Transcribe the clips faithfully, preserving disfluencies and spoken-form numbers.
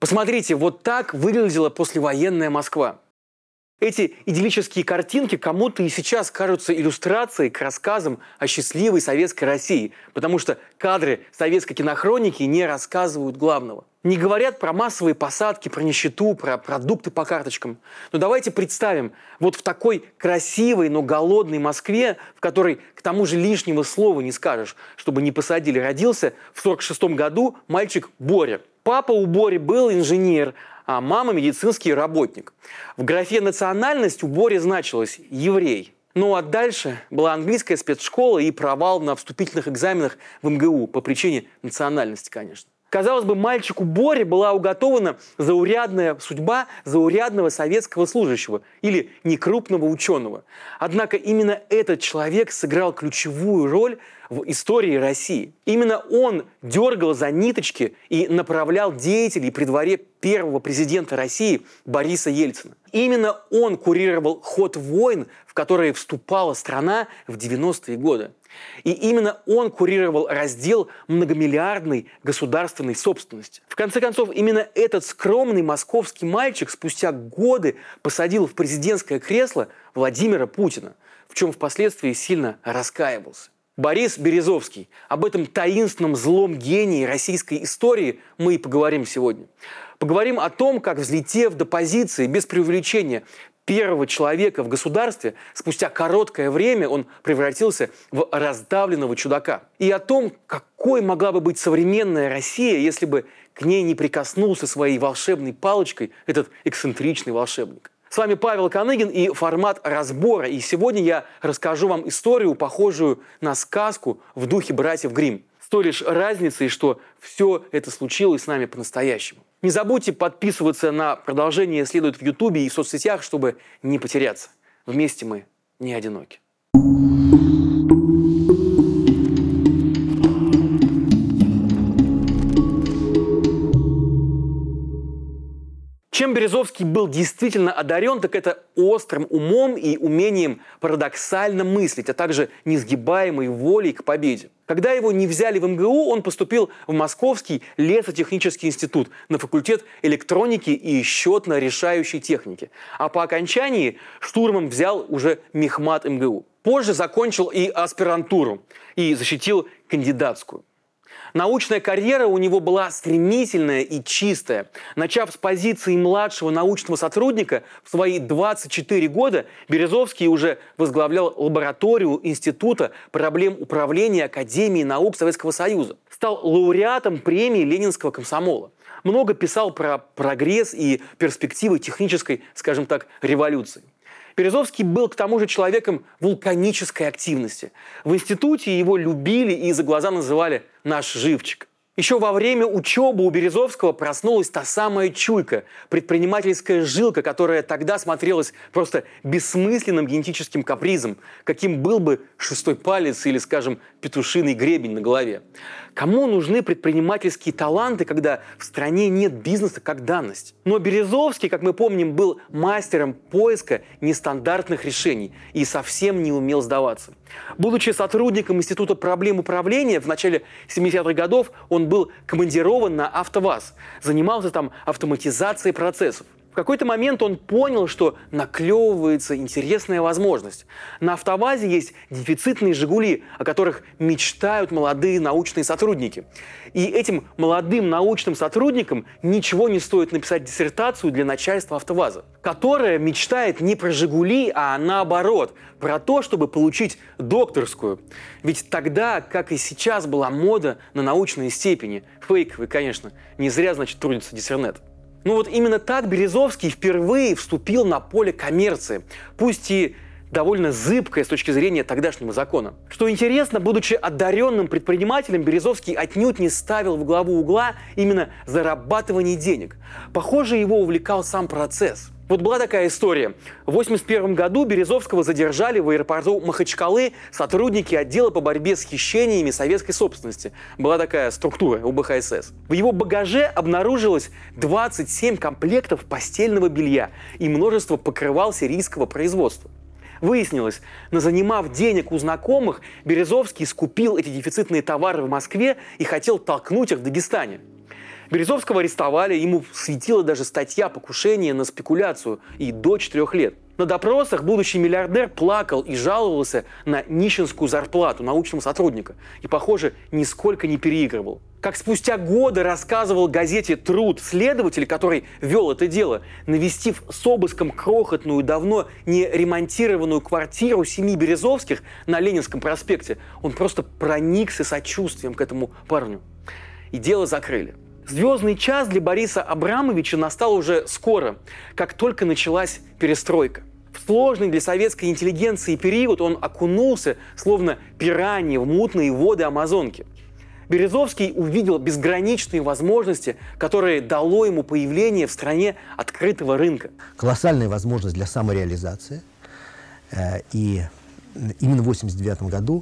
Посмотрите, вот так выглядела послевоенная Москва. Эти идиллические картинки кому-то и сейчас кажутся иллюстрацией к рассказам о счастливой советской России, потому что кадры советской кинохроники не рассказывают главного. Не говорят про массовые посадки, про нищету, про продукты по карточкам. Но давайте представим, вот в такой красивой, но голодной Москве, в которой к тому же лишнего слова не скажешь, чтобы не посадили, родился в сорок шестом году мальчик Боря. Папа у Бори был инженер, а мама медицинский работник. В графе «национальность» у Бори значилось «еврей». Ну а дальше была английская спецшкола и провал на вступительных экзаменах в эм гэ у по причине национальности, конечно. Казалось бы, мальчику Боре была уготована заурядная судьба заурядного советского служащего или некрупного ученого. Однако именно этот человек сыграл ключевую роль в истории России. Именно он дергал за ниточки и направлял деятелей при дворе первого президента России Бориса Ельцина. Именно он курировал ход войн, в которые вступала страна в девяностые годы. И именно он курировал раздел многомиллиардной государственной собственности. В конце концов, именно этот скромный московский мальчик спустя годы посадил в президентское кресло Владимира Путина, в чем впоследствии сильно раскаивался. Борис Березовский. Об этом таинственном злом гении российской истории мы и поговорим сегодня. Поговорим о том, как, взлетев до позиции, без преувеличения, первого человека в государстве, спустя короткое время он превратился в раздавленного чудака. И о том, какой могла бы быть современная Россия, если бы к ней не прикоснулся своей волшебной палочкой этот эксцентричный волшебник. С вами Павел Коныгин и формат разбора. И сегодня я расскажу вам историю, похожую на сказку в духе братьев Гримм. С той лишь разницей, что все это случилось с нами по-настоящему. Не забудьте подписываться на продолжение «Следует» в Ютубе и в соцсетях, чтобы не потеряться. Вместе мы не одиноки. Чем Березовский был действительно одарен, так это острым умом и умением парадоксально мыслить, а также несгибаемой волей к победе. Когда его не взяли в эм гэ у, он поступил в Московский лесотехнический институт на факультет электроники и счетно-решающей техники. А по окончании штурмом взял уже мехмат эм гэ у. Позже закончил и аспирантуру, и защитил кандидатскую. Научная карьера у него была стремительная и чистая. Начав с позиции младшего научного сотрудника, в свои двадцать четыре года Березовский уже возглавлял лабораторию Института проблем управления Академии наук Советского Союза. Стал лауреатом премии Ленинского комсомола. Много писал про прогресс и перспективы технической, скажем так, революции. Березовский был к тому же человеком вулканической активности. В институте его любили и за глаза называли «наш живчик». Еще во время учебы у Березовского проснулась та самая чуйка, предпринимательская жилка, которая тогда смотрелась просто бессмысленным генетическим капризом, каким был бы шестой палец или, скажем, петушиный гребень на голове. Кому нужны предпринимательские таланты, когда в стране нет бизнеса как данность? Но Березовский, как мы помним, был мастером поиска нестандартных решений и совсем не умел сдаваться. Будучи сотрудником Института проблем управления в начале семидесятых годов, он был командирован на АвтоВАЗ, занимался там автоматизацией процессов. В какой-то момент он понял, что наклевывается интересная возможность. На АвтоВАЗе есть дефицитные «Жигули», о которых мечтают молодые научные сотрудники. И этим молодым научным сотрудникам ничего не стоит написать диссертацию для начальства АвтоВАЗа, которое мечтает не про «Жигули», а наоборот, про то, чтобы получить докторскую. Ведь тогда, как и сейчас, была мода на научные степени. Фейковые, конечно. Не зря, значит, трудится Диссернет. Ну вот именно так Березовский впервые вступил на поле коммерции, пусть и довольно зыбкое с точки зрения тогдашнего закона. Что интересно, будучи одаренным предпринимателем, Березовский отнюдь не ставил в главу угла именно зарабатывание денег. Похоже, его увлекал сам процесс. Вот была такая история. В восемьдесят первом году Березовского задержали в аэропорту Махачкалы сотрудники отдела по борьбе с хищениями советской собственности. Была такая структура у бэ ха эс эс. В его багаже обнаружилось двадцать семь комплектов постельного белья и множество покрывал сирийского производства. Выяснилось, назанимав денег у знакомых, Березовский скупил эти дефицитные товары в Москве и хотел толкнуть их в Дагестане. Березовского арестовали, ему светила даже статья покушения на спекуляцию и до четырех лет. На допросах будущий миллиардер плакал и жаловался на нищенскую зарплату научного сотрудника и, похоже, нисколько не переигрывал. Как спустя годы рассказывал газете «Труд» следователь, который вел это дело, навестив с обыском крохотную, давно не ремонтированную квартиру семьи Березовских на Ленинском проспекте, он просто проникся сочувствием к этому парню. И дело закрыли. Звездный час для Бориса Абрамовича настал уже скоро, как только началась перестройка. В сложный для советской интеллигенции период он окунулся, словно пиранья, в мутные воды Амазонки. Березовский увидел безграничные возможности, которые дало ему появление в стране открытого рынка. Колоссальная возможность для самореализации. И именно в восемьдесят девятом году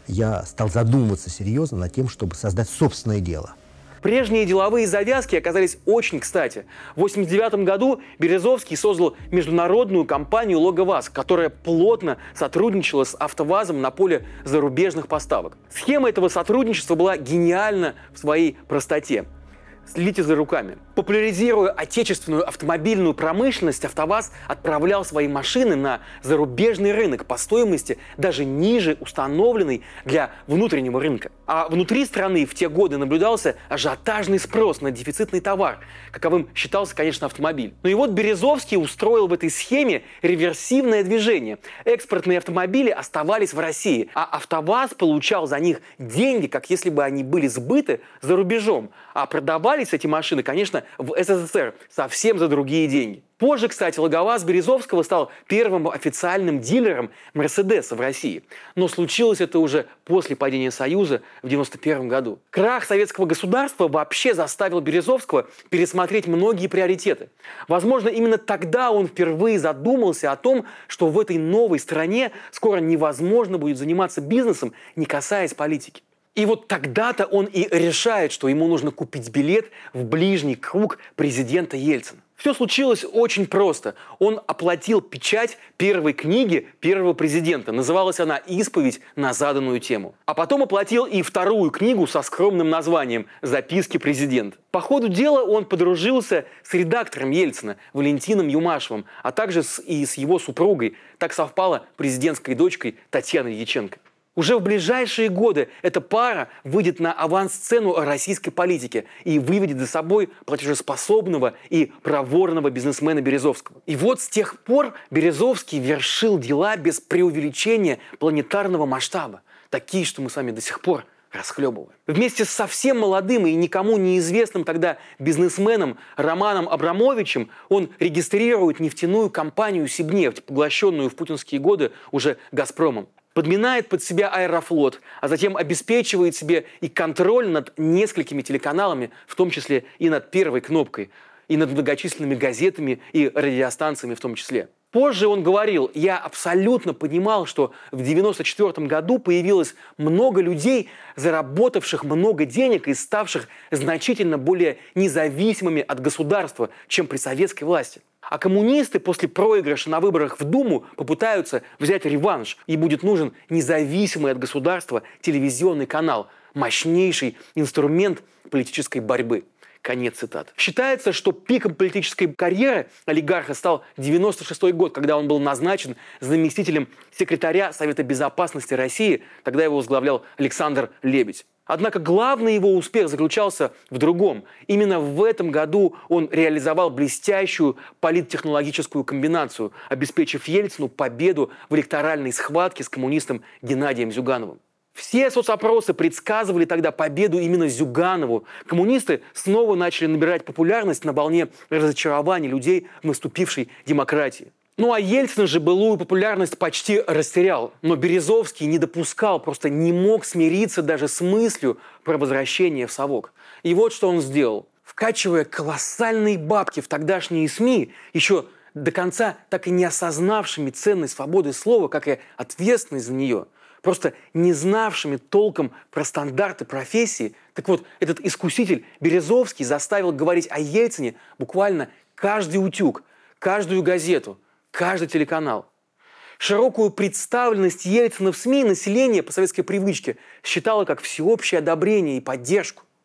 я стал задумываться серьезно над тем, чтобы создать собственное дело. Прежние деловые завязки оказались очень кстати. В восемьдесят девятом году Березовский создал международную компанию «Логоваз», которая плотно сотрудничала с «АвтоВАЗом» на поле зарубежных поставок. Схема этого сотрудничества была гениальна в своей простоте. Следите за руками. Популяризируя отечественную автомобильную промышленность, «АвтоВАЗ» отправлял свои машины на зарубежный рынок по стоимости даже ниже установленной для внутреннего рынка. А внутри страны в те годы наблюдался ажиотажный спрос на дефицитный товар, каковым считался, конечно, автомобиль. Но и вот Березовский устроил в этой схеме реверсивное движение. Экспортные автомобили оставались в России, а «АвтоВАЗ» получал за них деньги, как если бы они были сбыты за рубежом, а продавались эти машины, конечно, в СССР совсем за другие деньги. Позже, кстати, «Логоваз» Березовского стал первым официальным дилером «Мерседеса» в России. Но случилось это уже после падения Союза в девяносто первом году. Крах советского государства вообще заставил Березовского пересмотреть многие приоритеты. Возможно, именно тогда он впервые задумался о том, что в этой новой стране скоро невозможно будет заниматься бизнесом, не касаясь политики. И вот тогда-то он и решает, что ему нужно купить билет в ближний круг президента Ельцина. Все случилось очень просто. Он оплатил печать первой книги первого президента. Называлась она «Исповедь на заданную тему». А потом оплатил и вторую книгу со скромным названием «Записки президента». По ходу дела он подружился с редактором Ельцина Валентином Юмашевым, а также с, и с его супругой. Так совпало президентской дочкой Татьяной Дьяченко. Уже в ближайшие годы эта пара выйдет на авансцену российской политики и выведет за собой платежеспособного и проворного бизнесмена Березовского. И вот с тех пор Березовский вершил дела без преувеличения планетарного масштаба, такие, что мы с вами до сих пор расхлебываем. Вместе с совсем молодым и никому неизвестным тогда бизнесменом Романом Абрамовичем он регистрирует нефтяную компанию «Сибнефть», поглощенную в путинские годы уже «Газпромом». Подминает под себя Аэрофлот, а затем обеспечивает себе и контроль над несколькими телеканалами, в том числе и над «Первой кнопкой», и над многочисленными газетами и радиостанциями в том числе. Позже он говорил: «Я абсолютно понимал, что в девяносто четвёртом году появилось много людей, заработавших много денег и ставших значительно более независимыми от государства, чем при советской власти. А коммунисты после проигрыша на выборах в Думу попытаются взять реванш, и будет нужен независимый от государства телевизионный канал, мощнейший инструмент политической борьбы». Конец цитаты. Считается, что пиком политической карьеры олигарха стал девяносто шестой год, когда он был назначен заместителем секретаря Совета Безопасности России. Тогда его возглавлял Александр Лебедь. Однако главный его успех заключался в другом. Именно в этом году он реализовал блестящую политтехнологическую комбинацию, обеспечив Ельцину победу в электоральной схватке с коммунистом Геннадием Зюгановым. Все соцопросы предсказывали тогда победу именно Зюганову. Коммунисты снова начали набирать популярность на волне разочарования людей в наступившей демократии. Ну а Ельцин же былую популярность почти растерял. Но Березовский не допускал, просто не мог смириться даже с мыслью про возвращение в совок. И вот что он сделал. Вкачивая колоссальные бабки в тогдашние СМИ, еще до конца так и не осознавшими ценность свободы слова, как и ответственность за нее, просто не знавшими толком про стандарты профессии, так вот, этот искуситель Березовский заставил говорить о Ельцине буквально каждый утюг, каждую газету, каждый телеканал. Широкую представленность Ельцина в СМИ население по советской привычке считало как всеобщее одобрение и поддержку.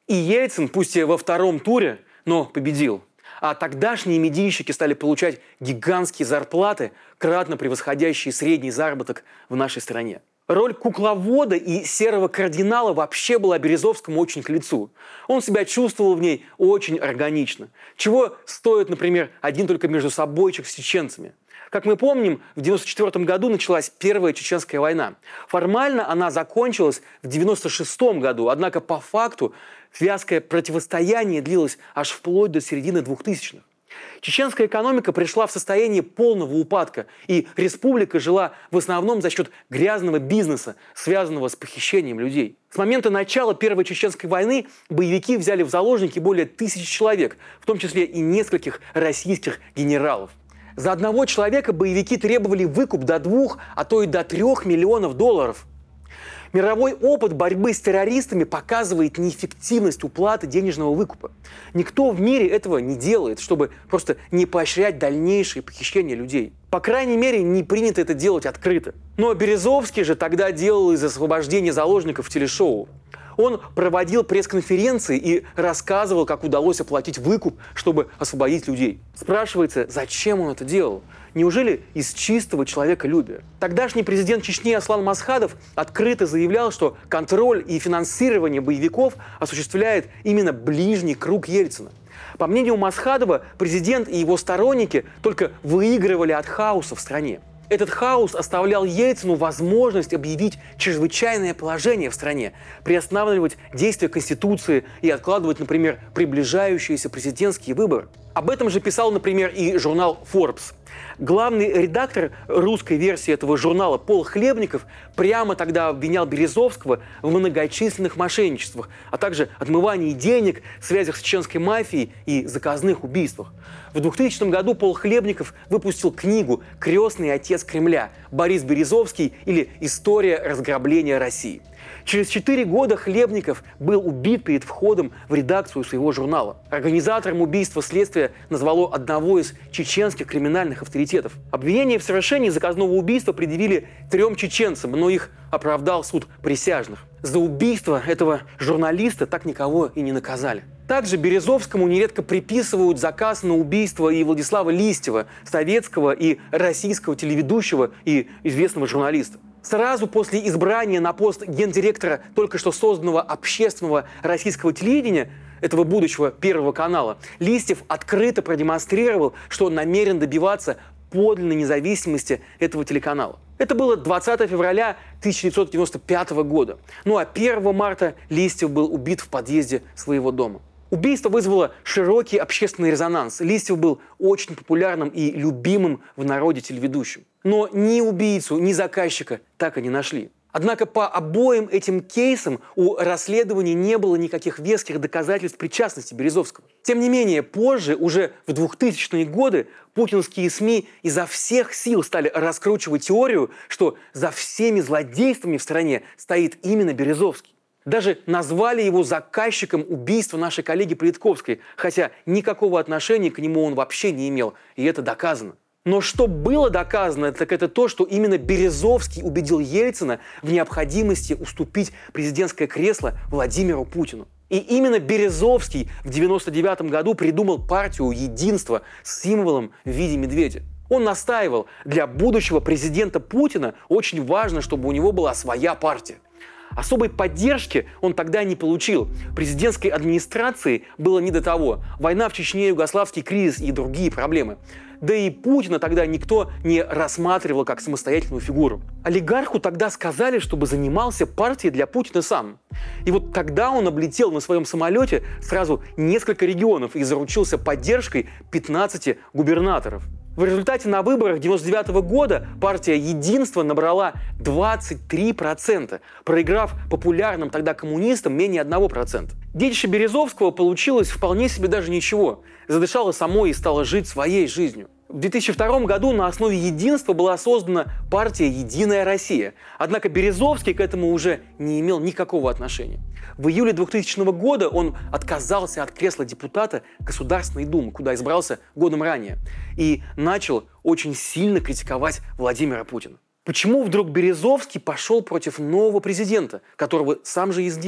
И Ельцин, пусть и во втором туре, но победил. А тогдашние медийщики стали получать гигантские зарплаты, кратно превосходящие средний заработок в нашей стране. Роль кукловода и серого кардинала вообще была Березовскому очень к лицу. Он себя чувствовал в ней очень органично. Чего стоит, например, один только междусобойчик с чеченцами. Как мы помним, в девяносто четвёртом году началась Первая Чеченская война. Формально она закончилась в девяносто шестом году, однако по факту вязкое противостояние длилось аж вплоть до середины двухтысячных. Чеченская экономика пришла в состояние полного упадка, и республика жила в основном за счет грязного бизнеса, связанного с похищением людей. С момента начала Первой Чеченской войны боевики взяли в заложники более тысячи человек, в том числе и нескольких российских генералов. За одного человека боевики требовали выкуп до двух, а то и до трех миллионов долларов. Мировой опыт борьбы с террористами показывает неэффективность уплаты денежного выкупа. Никто в мире этого не делает, чтобы просто не поощрять дальнейшие похищения людей. По крайней мере, не принято это делать открыто. Но Березовский же тогда делал из освобождения заложников телешоу. Он проводил пресс-конференции и рассказывал, как удалось оплатить выкуп, чтобы освободить людей. Спрашивается, зачем он это делал? Неужели из чистого человеколюбия? Тогдашний президент Чечни Аслан Масхадов открыто заявлял, что контроль и финансирование боевиков осуществляет именно ближний круг Ельцина. По мнению Масхадова, президент и его сторонники только выигрывали от хаоса в стране. Этот хаос оставлял Ельцину возможность объявить чрезвычайное положение в стране, приостанавливать действия Конституции и откладывать, например, приближающиеся президентские выборы. Об этом же писал, например, и журнал Forbes. Главный редактор русской версии этого журнала Пол Хлебников прямо тогда обвинял Березовского в многочисленных мошенничествах, а также отмывании денег, связях с чеченской мафией и заказных убийствах. В двухтысячном году Пол Хлебников выпустил книгу «Крестный отец Кремля. Борис Березовский или История разграбления России». Через четыре года Хлебников был убит перед входом в редакцию своего журнала. Организатором убийства следствие назвало одного из чеченских криминальных авторитетов. Обвинение в совершении заказного убийства предъявили трем чеченцам, но их оправдал суд присяжных. За убийство этого журналиста так никого и не наказали. Также Березовскому нередко приписывают заказ на убийство и Владислава Листьева, советского и российского телеведущего и известного журналиста. Сразу после избрания на пост гендиректора только что созданного общественного российского телевидения, этого будущего Первого канала, Листьев открыто продемонстрировал, что он намерен добиваться подлинной независимости этого телеканала. Это было двадцатого февраля тысяча девятьсот девяносто пятого года. Ну а первого марта Листьев был убит в подъезде своего дома. Убийство вызвало широкий общественный резонанс. Листьев был очень популярным и любимым в народе телеведущим. Но ни убийцу, ни заказчика так и не нашли. Однако по обоим этим кейсам у расследования не было никаких веских доказательств причастности Березовского. Тем не менее, позже, уже в двухтысячные годы, путинские СМИ изо всех сил стали раскручивать теорию, что за всеми злодействами в стране стоит именно Березовский. Даже назвали его заказчиком убийства нашей коллеги Политковской, хотя никакого отношения к нему он вообще не имел, и это доказано. Но что было доказано, так это то, что именно Березовский убедил Ельцина в необходимости уступить президентское кресло Владимиру Путину. И именно Березовский в девяносто девятом году придумал партию «Единство» с символом в виде медведя. Он настаивал, для будущего президента Путина очень важно, чтобы у него была своя партия. Особой поддержки он тогда не получил. Президентской администрации было не до того. Война в Чечне, югославский кризис и другие проблемы. Да и Путина тогда никто не рассматривал как самостоятельную фигуру. Олигарху тогда сказали, чтобы занимался партией для Путина сам. И вот тогда он облетел на своем самолете сразу несколько регионов и заручился поддержкой пятнадцати губернаторов. В результате на выборах девяносто девятого года партия «Единство» набрала двадцать три процента, проиграв популярным тогда коммунистам менее одного процента. Детище Березовского получилось вполне себе даже ничего. Задышало самой и стало жить своей жизнью. В две тысячи втором году на основе «Единства» была создана партия «Единая Россия». Однако Березовский к этому уже не имел никакого отношения. В июле двухтысячного года он отказался от кресла депутата Государственной Думы, куда избрался годом ранее, и начал очень сильно критиковать Владимира Путина. Почему вдруг Березовский пошел против нового президента, которого сам же и сделал?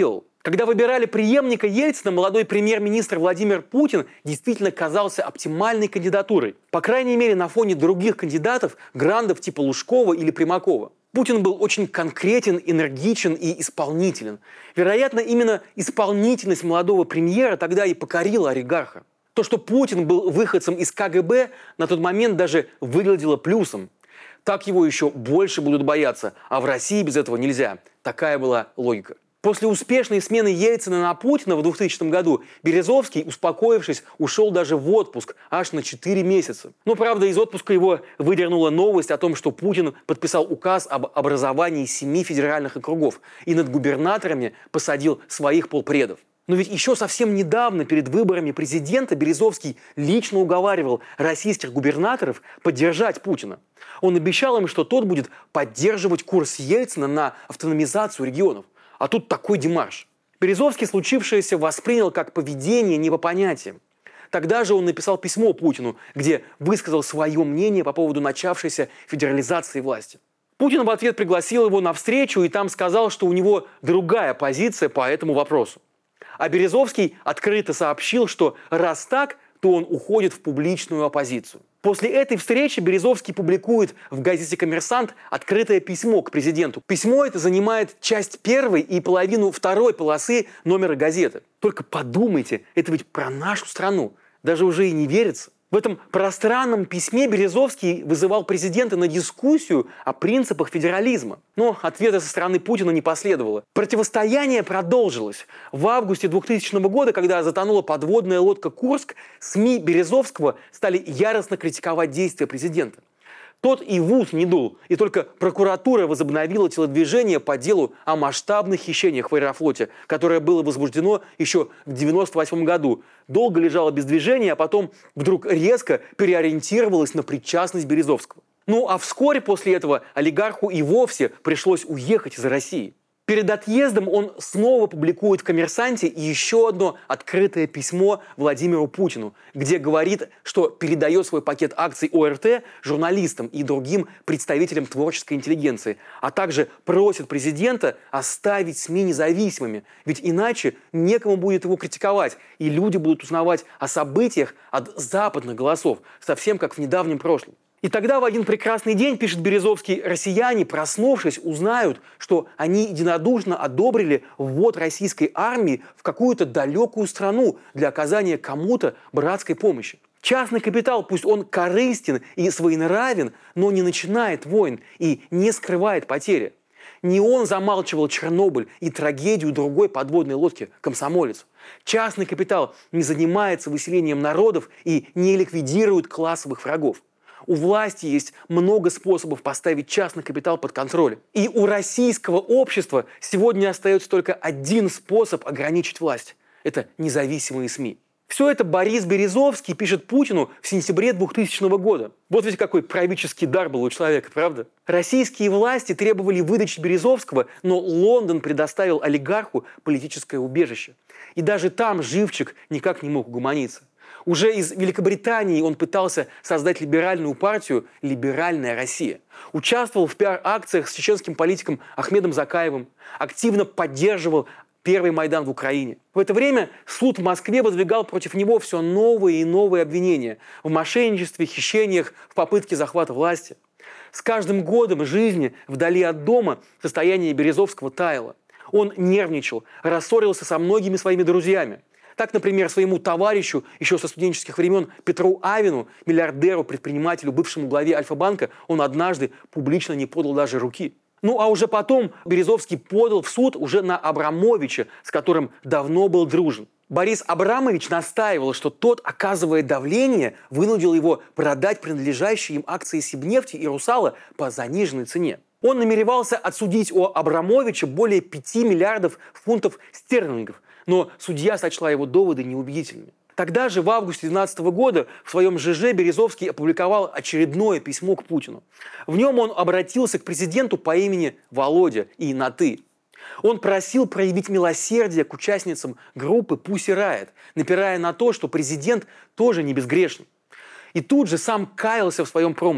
Когда выбирали преемника Ельцина, молодой премьер-министр Владимир Путин действительно казался оптимальной кандидатурой. По крайней мере, на фоне других кандидатов, грандов типа Лужкова или Примакова. Путин был очень конкретен, энергичен и исполнителен. Вероятно, именно исполнительность молодого премьера тогда и покорила олигарха. То, что Путин был выходцем из ка гэ бэ, на тот момент даже выглядело плюсом. Так его еще больше будут бояться, а в России без этого нельзя. Такая была логика. После успешной смены Ельцина на Путина в двухтысячном году Березовский, успокоившись, ушел даже в отпуск аж на четыре месяца. Но, правда, из отпуска его выдернула новость о том, что Путин подписал указ об образовании семи федеральных округов и над губернаторами посадил своих полпредов. Но ведь еще совсем недавно, перед выборами президента, Березовский лично уговаривал российских губернаторов поддержать Путина. Он обещал им, что тот будет поддерживать курс Ельцина на автономизацию регионов. А тут такой демарш. Березовский случившееся воспринял как поведение не по понятиям. Тогда же он написал письмо Путину, где высказал свое мнение по поводу начавшейся федерализации власти. Путин в ответ пригласил его на встречу и там сказал, что у него другая позиция по этому вопросу. А Березовский открыто сообщил, что раз так, то он уходит в публичную оппозицию. После этой встречи Березовский публикует в газете «Коммерсант» открытое письмо к президенту. Письмо это занимает часть первой и половину второй полосы номера газеты. Только подумайте, это ведь про нашу страну. Даже уже и не верится. В этом пространном письме Березовский вызывал президента на дискуссию о принципах федерализма. Но ответа со стороны Путина не последовало. Противостояние продолжилось. В августе двухтысячного года, когда затонула подводная лодка «Курск», СМИ Березовского стали яростно критиковать действия президента. Тот и в ус не дул, и только прокуратура возобновила телодвижение по делу о масштабных хищениях в Аэрофлоте, которое было возбуждено еще в девяносто восьмом году. Долго лежало без движения, а потом вдруг резко переориентировалось на причастность Березовского. Ну а вскоре после этого олигарху и вовсе пришлось уехать из России. Перед отъездом он снова публикует в «Коммерсанте» еще одно открытое письмо Владимиру Путину, где говорит, что передает свой пакет акций о эр тэ журналистам и другим представителям творческой интеллигенции, а также просит президента оставить СМИ независимыми, ведь иначе некому будет его критиковать, и люди будут узнавать о событиях от западных голосов, совсем как в недавнем прошлом. И тогда в один прекрасный день, пишет Березовский, россияне, проснувшись, узнают, что они единодушно одобрили ввод российской армии в какую-то далекую страну для оказания кому-то братской помощи. Частный капитал, пусть он корыстен и своенравен, но не начинает войн и не скрывает потери. Не он замалчивал Чернобыль и трагедию другой подводной лодки «Комсомолец». Частный капитал не занимается выселением народов и не ликвидирует классовых врагов. У власти есть много способов поставить частный капитал под контроль. И у российского общества сегодня остается только один способ ограничить власть. Это независимые СМИ. Все это Борис Березовский пишет Путину в сентябре двухтысячного года. Вот ведь какой правительский дар был у человека, правда? Российские власти требовали выдачи Березовского, но Лондон предоставил олигарху политическое убежище. И даже там живчик никак не мог угомониться. Уже из Великобритании он пытался создать либеральную партию «Либеральная Россия». Участвовал в пиар-акциях с чеченским политиком Ахмедом Закаевым, активно поддерживал первый Майдан в Украине. В это время суд в Москве выдвигал против него все новые и новые обвинения в мошенничестве, хищениях, в попытке захвата власти. С каждым годом жизни вдали от дома состояние Березовского таяло. Он нервничал, рассорился со многими своими друзьями. Так, например, своему товарищу еще со студенческих времен Петру Авину, миллиардеру, предпринимателю, бывшему главе Альфа-банка, он однажды публично не подал даже руки. Ну а уже потом Березовский подал в суд уже на Абрамовича, с которым давно был дружен. Борис Абрамович настаивал, что тот, оказывая давление, вынудил его продать принадлежащие им акции Сибнефти и Русала по заниженной цене. Он намеревался отсудить у Абрамовича более пяти миллиардов фунтов стерлингов, но судья сочла его доводы неубедительными. Тогда же, в августе две тысячи двенадцатого года, в своем жэ жэ Березовский опубликовал очередное письмо к Путину. В нем он обратился к президенту по имени Володя и на «ты». Он просил проявить милосердие к участницам группы Pussy Riot, напирая на то, что президент тоже не безгрешен. И тут же сам каялся в своем промахе.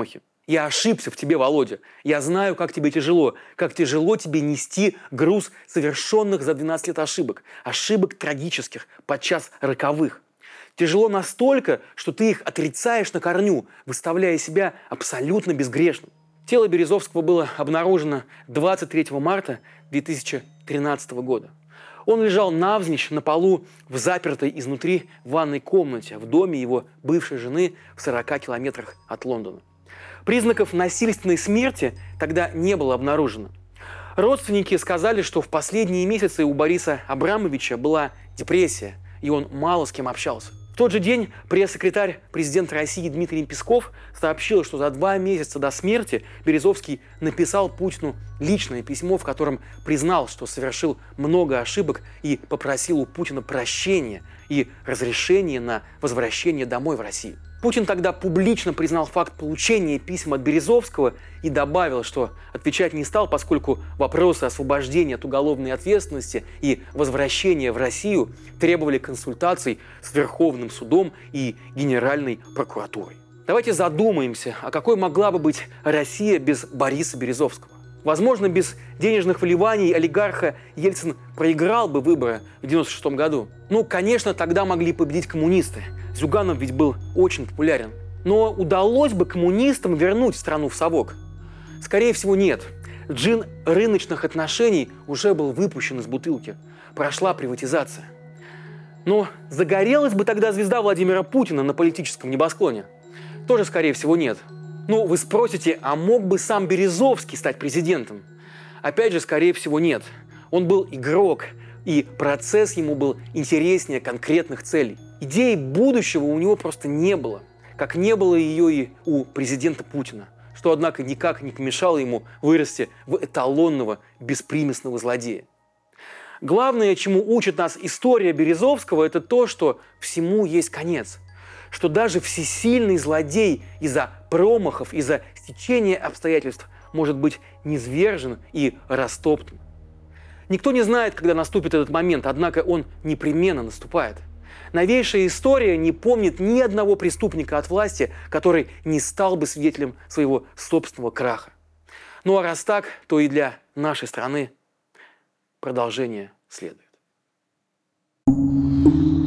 Я ошибся в тебе, Володя. Я знаю, как тебе тяжело, как тяжело тебе нести груз совершенных за двенадцать лет ошибок. Ошибок трагических, подчас роковых. Тяжело настолько, что ты их отрицаешь на корню, выставляя себя абсолютно безгрешным. Тело Березовского было обнаружено двадцать третьего марта две тысячи тринадцатого года. Он лежал навзничь на полу в запертой изнутри ванной комнате в доме его бывшей жены в сорока километрах от Лондона. Признаков насильственной смерти тогда не было обнаружено. Родственники сказали, что в последние месяцы у Бориса Абрамовича была депрессия, и он мало с кем общался. В тот же день пресс-секретарь президента России Дмитрий Песков сообщил, что за два месяца до смерти Березовский написал Путину личное письмо, в котором признал, что совершил много ошибок и попросил у Путина прощения и разрешения на возвращение домой в Россию. Путин тогда публично признал факт получения писем от Березовского и добавил, что отвечать не стал, поскольку вопросы освобождения от уголовной ответственности и возвращения в Россию требовали консультаций с Верховным судом и Генеральной прокуратурой. Давайте задумаемся, а какой могла бы быть Россия без Бориса Березовского? Возможно, без денежных вливаний олигарха Ельцин проиграл бы выборы в девяносто шестом году. Ну, конечно, тогда могли победить коммунисты. Зюганов ведь был очень популярен. Но удалось бы коммунистам вернуть страну в совок? Скорее всего, нет. Джин рыночных отношений уже был выпущен из бутылки. Прошла приватизация. Но загорелась бы тогда звезда Владимира Путина на политическом небосклоне? Тоже, скорее всего, нет. Ну, вы спросите, а мог бы сам Березовский стать президентом? Опять же, скорее всего, нет. Он был игрок, и процесс ему был интереснее конкретных целей. Идеи будущего у него просто не было, как не было ее и у президента Путина, что, однако, никак не помешало ему вырасти в эталонного беспримесного злодея. Главное, чему учит нас история Березовского, это то, что всему есть конец. Что даже всесильный злодей из-за промахов, из-за стечения обстоятельств может быть низвержен и растоптан. Никто не знает, когда наступит этот момент, однако он непременно наступает. Новейшая история не помнит ни одного преступника от власти, который не стал бы свидетелем своего собственного краха. Ну а раз так, то и для нашей страны продолжение следует.